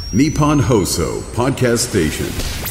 Nippon Hoso Podcast Station。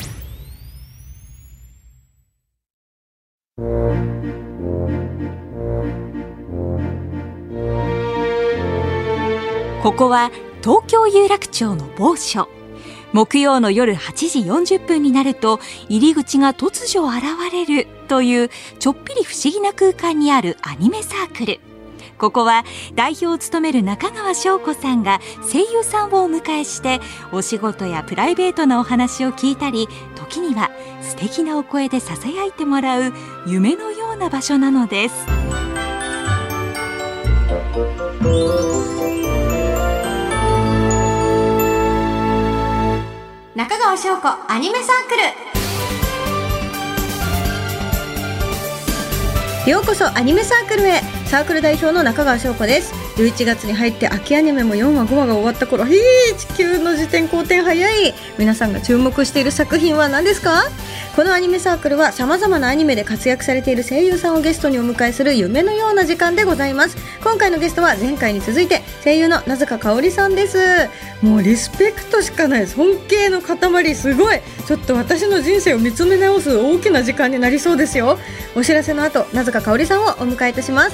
ここは東京有楽町の某所。木曜の夜8時40分になると入り口が突如現れるというちょっぴり不思議な空間にあるアニメサークル。ここは代表を務める中川翔子さんが声優さんをお迎えしてお仕事やプライベートなお話を聞いたり、時には素敵なお声でささやいてもらう夢のような場所なのです。 中川翔子アニメサークル。 ようこそアニメサークルへ。サークル代表の中川翔子です。11月に入って秋アニメも4話5話が終わった頃、地球の自転公転早い。皆さんが注目している作品は何ですか？このアニメサークルは様々なアニメで活躍されている声優さんをゲストにお迎えする夢のような時間でございます。今回のゲストは前回に続いて声優の名塚香織さんです。もうリスペクトしかない、尊敬の塊。すごい。ちょっと私の人生を見つめ直す大きな時間になりそうですよ。お知らせの後、名塚香織さんをお迎えいたします。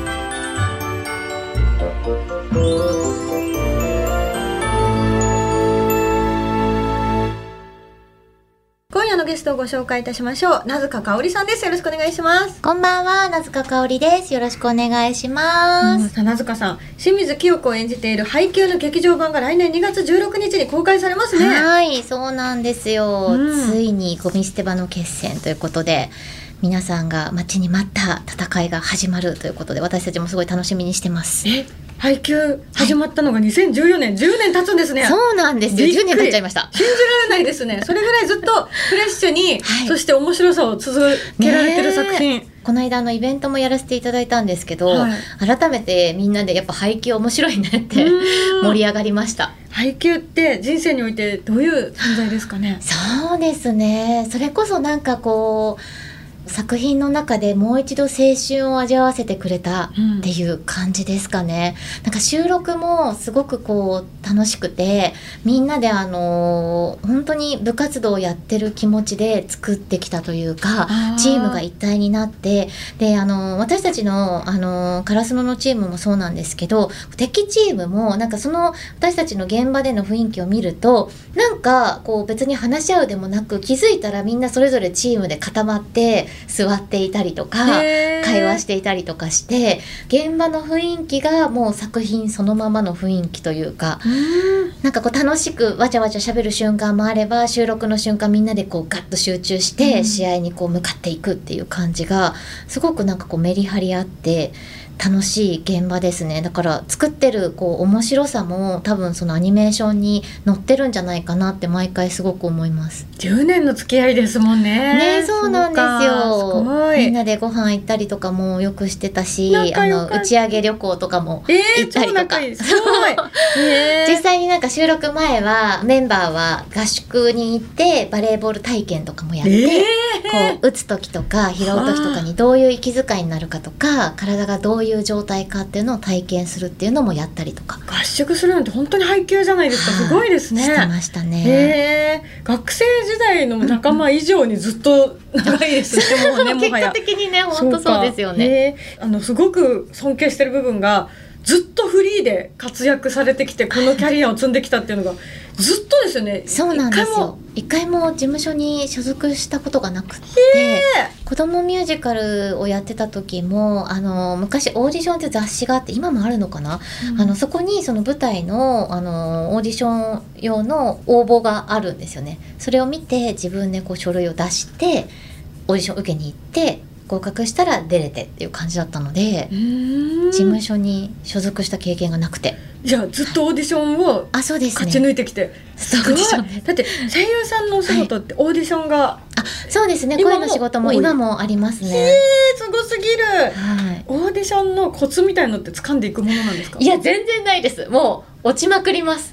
今夜のゲストをご紹介いたしましょう。名塚香織さんです。よろしくお願いします。 こんばんは、名塚香織です。よろしくお願いします。 名塚さん、清水希代子を演じているハイキューの劇場版が来年2月16日に公開されますね。 はい、そうなんですよ、ついにゴミ捨て場の決戦ということで、皆さんが待ちに待った戦いが始まるということで、私たちもすごい楽しみにしてます。 配給始まったのが2014年、10年経つんですね。 そうなんですよ、10年経っちゃいました。 信じられないですね。それぐらいずっとフレッシュに、そして面白さを続けられてる作品。 この間イベントもやらせていただいたんですけど、改めてみんなでやっぱ配給面白いねって盛り上がりました。 配給って人生においてどういう存在ですかね？ そうですね、それこそなんかこう作品の中でもう一度青春を味わわせてくれたっていう感じですかね。なんか収録もすごくこう楽しくて、みんなで本当に部活動をやってる気持ちで作ってきたというか、チームが一体になって、で私たちのカラスノのチームもそうなんですけど、敵チームもなんかその私たちの現場での雰囲気を見ると、なんかこう別に話し合うでもなく、気づいたらみんなそれぞれチームで固まって座っていたりとか会話していたりとかして、現場の雰囲気がもう作品そのままの雰囲気というか、なんかこう楽しくわちゃわちゃ喋る瞬間もあれば、収録の瞬間みんなでこうガッと集中して試合にこう向かっていくっていう感じがすごくなんかこうメリハリあって楽しい現場ですね。だから作ってるこう面白さも多分そのアニメーションに乗ってるんじゃないかなって毎回すごく思います。 10年の付き合いですもんね。 そうなんですよ。みんなでご飯行ったりとかもよくしてたし、打ち上げ旅行とかも行ったりとか、 すごい実際になんか収録前はメンバーは合宿に行ってバレーボール体験とかもやって、こう打つ時とか拾う時とかにどういう息遣いになるかとか、体がどういう状態かっていうのを体験するっていうのもやったりとか。 合宿するなんて本当に配給じゃないですか。すごいですね。 してましたね。 学生時代の仲間以上にずっと長いですね。もうね、もはや結果的にね、本当そうですよね。 すごく尊敬してる部分が、ずっとフリーで活躍されてきてこのキャリアを積んできたっていうのがずっとですよね。 そうなんですよ。一回も事務所に所属したことがなくて、子供ミュージカルをやってた時も昔オーディションって雑誌があって、今もあるのかな、そこにその舞台の、オーディション用の応募があるんですよね。それを見て自分でこう書類を出してオーディション受けに行って合格したら出れてっていう感じだったので、事務所に所属した経験がなくて、 じゃあずっとオーディションを勝ち抜いてきて、 そうですね。 だって声優さんのお仕事ってオーディションが、 そうですね、声の仕事も今もありますね。 すごすぎる、オーディションのコツみたいのって掴んでいくものなんですか？ いや、全然ないです。もう落ちまくります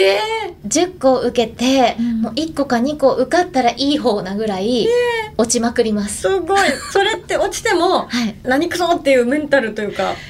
。10個受けて、もう1個か2個受かったらいい方なぐらい落ちまくります。 すごい。それって落ちても、何くそっていうメンタルというか、 1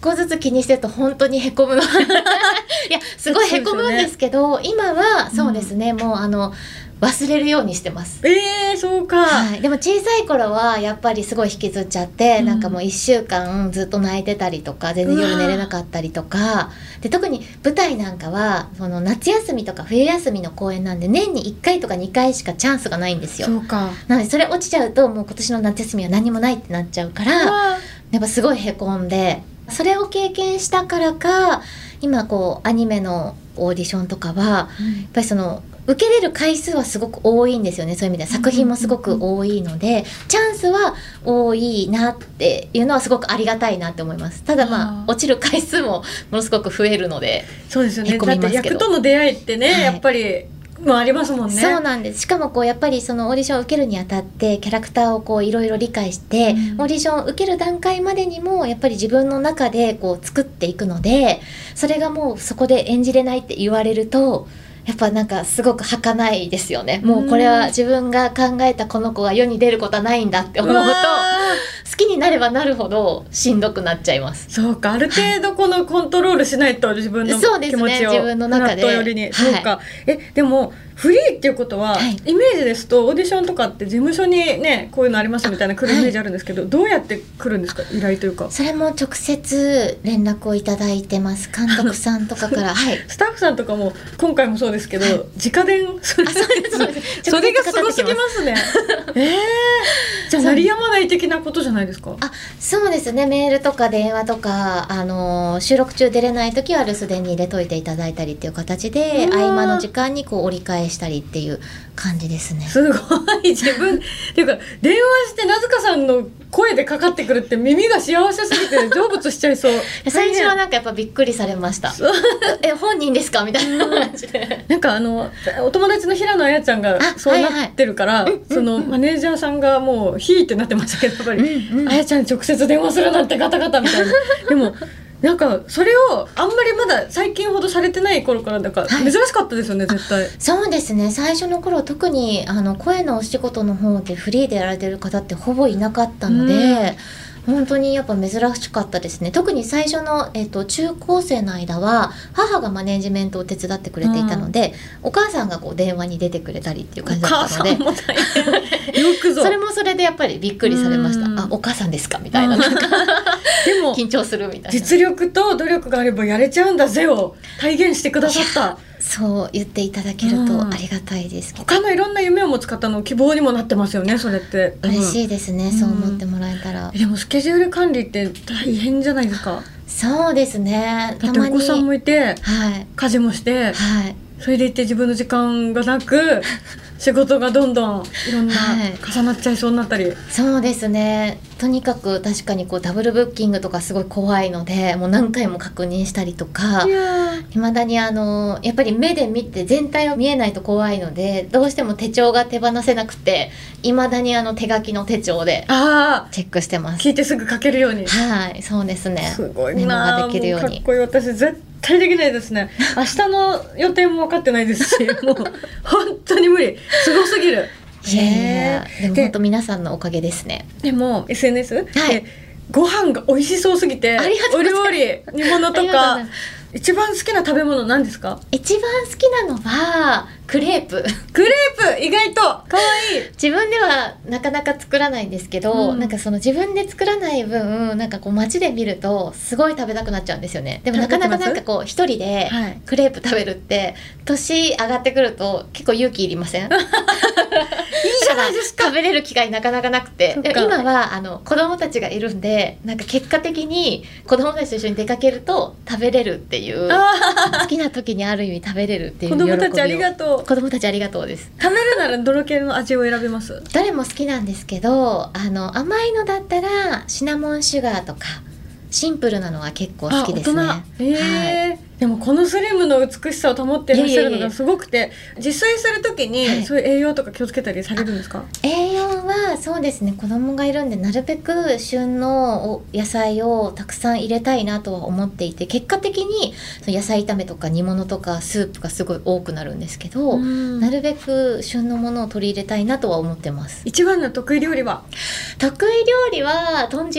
個ずつ気にしてると本当にへこむのいやすごいへこむんですけど、今はそうですね、もう忘れるようにしてます。 そうか、 はい、でも小さい頃はやっぱりすごい引きずっちゃって、なんかもう1週間ずっと泣いてたりとか、全然夜寝れなかったりとかで、特に舞台なんかはその夏休みとか冬休みの公演なんで年に1回とか2回しかチャンスがないんですよ。 そうか。 なのでそれ落ちちゃうともう今年の夏休みは何もないってなっちゃうから、やっぱすごいへこんで、それを経験したからか今こうアニメのオーディションとかは、やっぱりその受けれる回数はすごく多いんですよね。そういう意味では作品もすごく多いので、チャンスは多いなっていうのはすごくありがたいなって思います。ただ落ちる回数もものすごく増えるので、 そうですよね。 へこみますけど、 だって役との出会いってね、やっぱりもありますもんね。 そうなんです。しかもこうやっぱりそのオーディションを受けるにあたってキャラクターをこういろいろ理解して、オーディションを受ける段階までにもやっぱり自分の中でこう作っていくので、それがもうそこで演じれないって言われるとやっぱなんかすごく儚いですよね。もうこれは自分が考えたこの子が世に出ることはないんだって思うと、好きになればなるほどしんどくなっちゃいます。 そうか、ある程度このコントロールしないと自分の気持ちを、 そうですね、自分の中でフラット寄りに、そうか。でもフリーっていうことは、イメージですとオーディションとかって事務所にねこういうのありますみたいな来るイメージあるんですけど、どうやって来るんですか、依頼というか。 それも直接連絡をいただいてます、監督さんとかからスタッフさんとかも今回もそうですけど、直電それがすごすぎますねじゃあ鳴りやまない的なことじゃないですか。 そうですね、メールとか電話とか、収録中出れない時は留守電に入れといていただいたりっていう形で、合間の時間にこう折り返したりっていう感じですね。 すごい自分っていうか、電話して名塚さんの声でかかってくるって耳が幸せすぎて成仏しちゃいそう最初はなんかやっぱびっくりされました本人ですかみたいな感じでなんかお友達の平野綾ちゃんがそうなってるから、そのマネージャーさんがもうヒーってなってましたけど、やっぱり綾ちゃんに直接電話するなんてガタガタみたいなでもなんかそれをあんまりまだ最近ほどされてない頃からだから珍しかったですよね、絶対。 そうですね、最初の頃特に声のお仕事の方でフリーでやられてる方ってほぼいなかったので、本当にやっぱ珍しかったですね。特に最初の、中高生の間は母がマネジメントを手伝ってくれていたので、お母さんがこう電話に出てくれたりっていう感じだったので、 お母さんも大変よくぞそれもそれでやっぱりびっくりされました。お母さんですかみたいな、なんかでも緊張するみたいな。 実力と努力があればやれちゃうんだぜを体現してくださった。 そう言っていただけるとありがたいですけど、 他のいろんな夢を持つ方の希望にもなってますよね、それって。 嬉しいですね、そう思ってもらえたら。 でもスケジュール管理って大変じゃないですか。 そうですね、 だってお子さんもいて、家事もして、それでいて自分の時間がなく仕事がどんどんいろんな重なっちゃいそうになったり、 そうですね、とにかく確かにこうダブルブッキングとかすごい怖いので、もう何回も確認したりとか、未だにやっぱり目で見て全体を見えないと怖いので、どうしても手帳が手放せなくて、未だに手書きの手帳でチェックしてます。 聞いてすぐ書けるように。 そうですね、 すごいな、 メモができるように。 かっこいい。私絶対できないですね。明日の予定も分かってないですしもう本当に無理、すごすぎる。 でも本当皆さんのおかげですね。 でも SNS でご飯が美味しそうすぎて、お料理煮物とか一番好きな食べ物何ですか？ 一番好きなのはクレープ。 意外と可愛い。 自分ではなかなか作らないんですけど、なんかその自分で作らない分、なんかこう街で見るとすごい食べたくなっちゃうんですよね。でもなかなかなんかこう一人でクレープ食べるって、年上がってくると結構勇気いりません？いいじゃないですか。 食べれる機会なかなかなくて、でも今は子供たちがいるんで、なんか結果的に子供たちと一緒に出かけると食べれるっていう、好きな時にある意味食べれるっていう喜びを。 子供たちありがとう。 子供たちありがとうです。 食べるならどの系の味を選びます？ どれも好きなんですけど、甘いのだったらシナモンシュガーとかシンプルなのは結構好きですね。 でもこのスリムの美しさを保っていらっしゃるのがすごくて、自炊するときにそういう栄養とか気をつけたりされるんですか？ 栄養はそうですね、子供がいるんでなるべく旬の野菜をたくさん入れたいなとは思っていて、結果的に野菜炒めとか煮物とかスープがすごい多くなるんですけど、なるべく旬のものを取り入れたいなとは思ってます。 一番の得意料理は？ 得意料理は豚汁。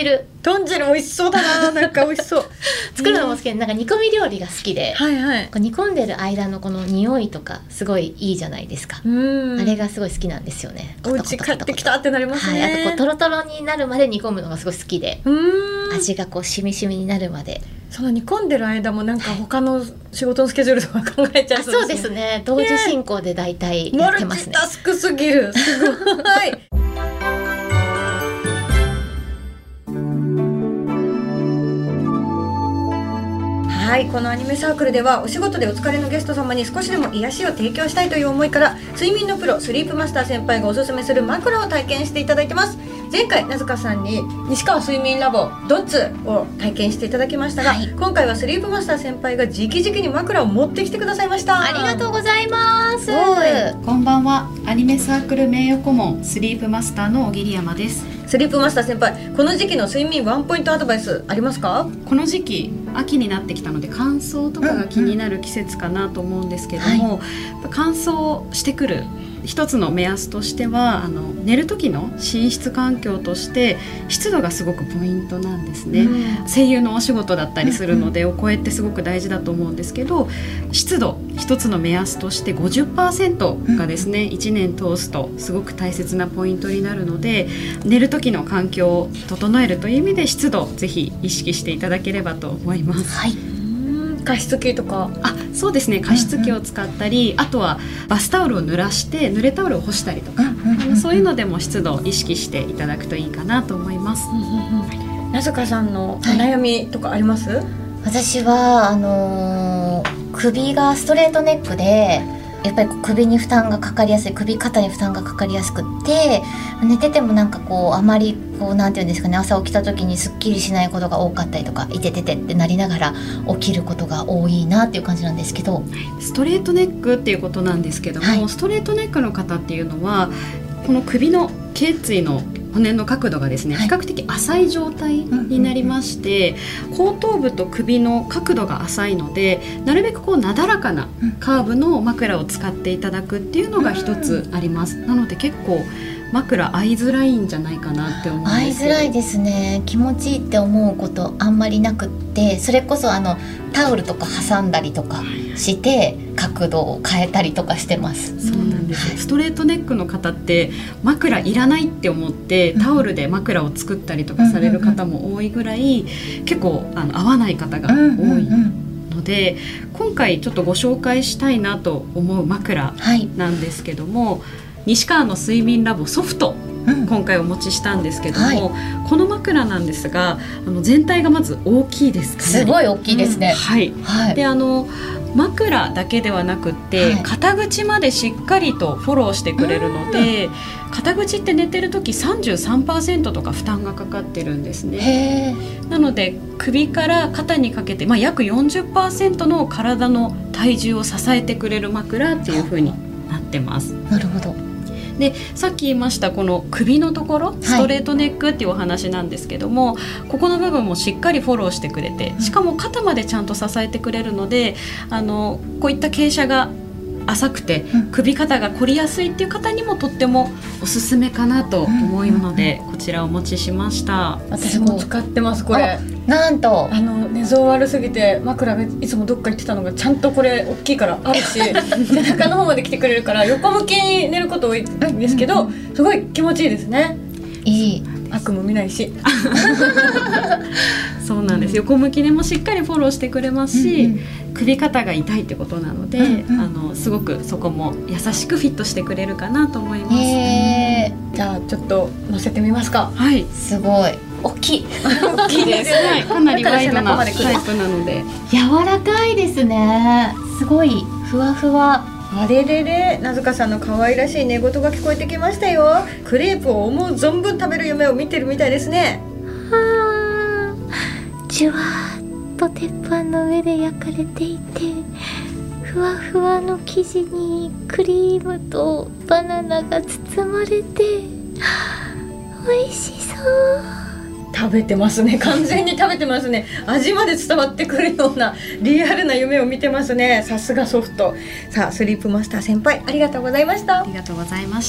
豚汁美味しそうだな。なんか美味しそう。 作るのも好きで、なんか煮込み料理が好きで、 はいはい。 こう煮込んでる間のこの匂いとかすごいいいじゃないですか。あれがすごい好きなんですよね。 お家帰ってきたってなりますね。 はい、あとこうトロトロになるまで煮込むのがすごい好きで、味がこうしみしみになるまで。 その煮込んでる間もなんか他の仕事のスケジュールとか考えちゃうそうですね。同時進行でだいたいやってますね。 マルチタスクすぎる。すごい。はい、このアニメサークルではお仕事でお疲れのゲスト様に少しでも癒しを提供したいという思いから、睡眠のプロスリープマスター先輩がおすすめする枕を体験していただいてます。前回なずかさんに西川睡眠ラボドッツを体験していただきましたが、今回はスリープマスター先輩が直々に枕を持ってきてくださいました。 ありがとうございます。 こんばんは。アニメサークル名誉顧問スリープマスターの小桐山です。 スリープマスター先輩、この時期の睡眠ワンポイントアドバイスありますか？ この時期秋になってきたので乾燥とかが気になる季節かなと思うんですけども、乾燥してくる一つの目安としては寝る時の寝室環境として湿度がすごくポイントなんですね。声優のお仕事だったりするのでお声ってすごく大事だと思うんですけど、湿度一つの目安として 50% がですね、1年通すとすごく大切なポイントになるので、寝る時の環境を整えるという意味で湿度ぜひ意識していただければと思います。 はい。 加湿器とか。 そうですね、加湿器を使ったり、あとはバスタオルを濡らして濡れタオルを干したりとか、そういうのでも湿度を意識していただくといいかなと思います。 なずかさんのお悩みとかあります？ 私は首がストレートネックで、やっぱり首に負担がかかりやすい、首肩に負担がかかりやすくって、寝ててもなんかこうあまりこうなんていうんですかね、朝起きた時にすっきりしないことが多かったりとか、いてててってなりながら起きることが多いなっていう感じなんですけど、 ストレートネックっていうことなんですけども、ストレートネックの方っていうのはこの首の頸椎の骨の角度がですね、比較的浅い状態になりまして、後頭部と首の角度が浅いので、なるべくこうなだらかなカーブの枕を使っていただくっていうのが一つあります。なので結構枕合いづらいんじゃないかなって思うんですけど。 合いづらいですね。気持ちいいって思うことあんまりなくって、それこそタオルとか挟んだりとかして角度を変えたりとかしてます。 そうなんです。ストレートネックの方って枕いらないって思ってタオルで枕を作ったりとかされる方も多いぐらい、結構合わない方が多いので、今回ちょっとご紹介したいなと思う枕なんですけども、西川の睡眠ラボソフト、今回お持ちしたんですけども、この枕なんですが全体がまず大きいです。 すごい大きいですね。 で枕だけではなくって、肩口までしっかりとフォローしてくれるので、肩口って寝てる時 33% とか負担がかかってるんですね。なので首から肩にかけて、約 40% の体の体重を支えてくれる枕っていう風になってます。 なるほど。 でさっき言いましたこの首のところ、ストレートネックっていうお話なんですけども、ここの部分もしっかりフォローしてくれて、しかも肩までちゃんと支えてくれるので、こういった傾斜が浅くて首肩が凝りやすいっていう方にもとってもおすすめかなと思うので、こちらお持ちしました。 私も使ってますこれ。 なんと寝相悪すぎて枕がいつもどっか行ってたのがちゃんとこれ大きいからあるし、背中の方まで来てくれるから横向きに寝ること多いんですけど、すごい気持ちいいですね。 いい。 悪も見ないし。 そうなんです。横向きでもしっかりフォローしてくれますし、首肩が痛いってことなので、すごくそこも優しくフィットしてくれるかなと思います。 じゃあちょっと乗せてみますか。 はい。 すごい大きい。 大きいです。かなりワイドなタイプなので柔らかいですね。すごいふわふわ。 あれれれ、なずかさんの可愛らしい寝言が聞こえてきましたよ。クレープを思う存分食べる夢を見てるみたいですね。 じゅわーっと鉄板の上で焼かれていて、ふわふわの生地にクリームとバナナが包まれて美味しそう。 食べてますね。完全に食べてますね。味まで伝わってくるようなリアルな夢を見てますね。さすがソフト。さあスリープマスター先輩、ありがとうございました。 ありがとうございました。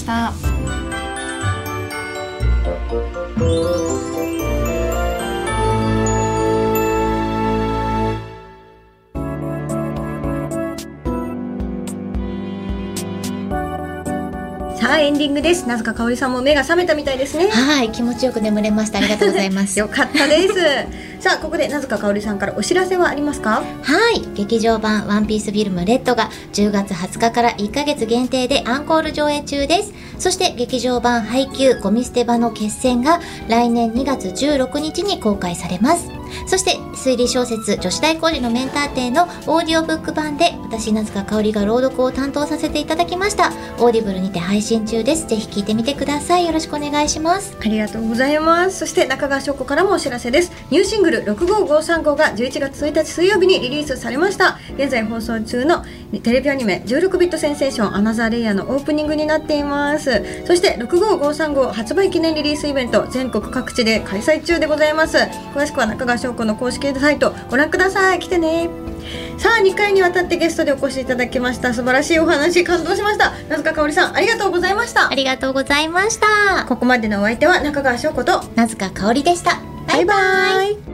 さあエンディングです。名塚かおりさんも目が覚めたみたいですね。 はい、気持ちよく眠れました。ありがとうございます。 よかったですさあここで名塚かおりさんからお知らせはありますか？ はい、劇場版ワンピースフィルムレッドが10月20日から1ヶ月限定でアンコール上映中です。そして劇場版ハイキューゴミ捨て場の決戦が来年2月16日に公開されます。そして推理小説女子大工事のメンター展のオーディオブック版で私名塚かおりが朗読を担当させていただきました。オーディブルにて配信中です。ぜひ聞いてみてください。よろしくお願いします。 ありがとうございます。そして中川翔子からもお知らせです。ニューシングル65535が11月1日水曜日にリリースされました。現在放送中のテレビアニメ16ビットセンセーションアナザーレイヤーのオープニングになっています。そして65535発売記念リリースイベント全国各地で開催中でございます。詳しくは中川翔子の公式サイトご覧ください。来てね。さあ2回にわたってゲストでお越しいただきました。素晴らしいお話感動しました。名塚かおりさんありがとうございました。 ありがとうございました。 ここまでのお相手は中川翔子と名塚かおりでした。 バイバイ。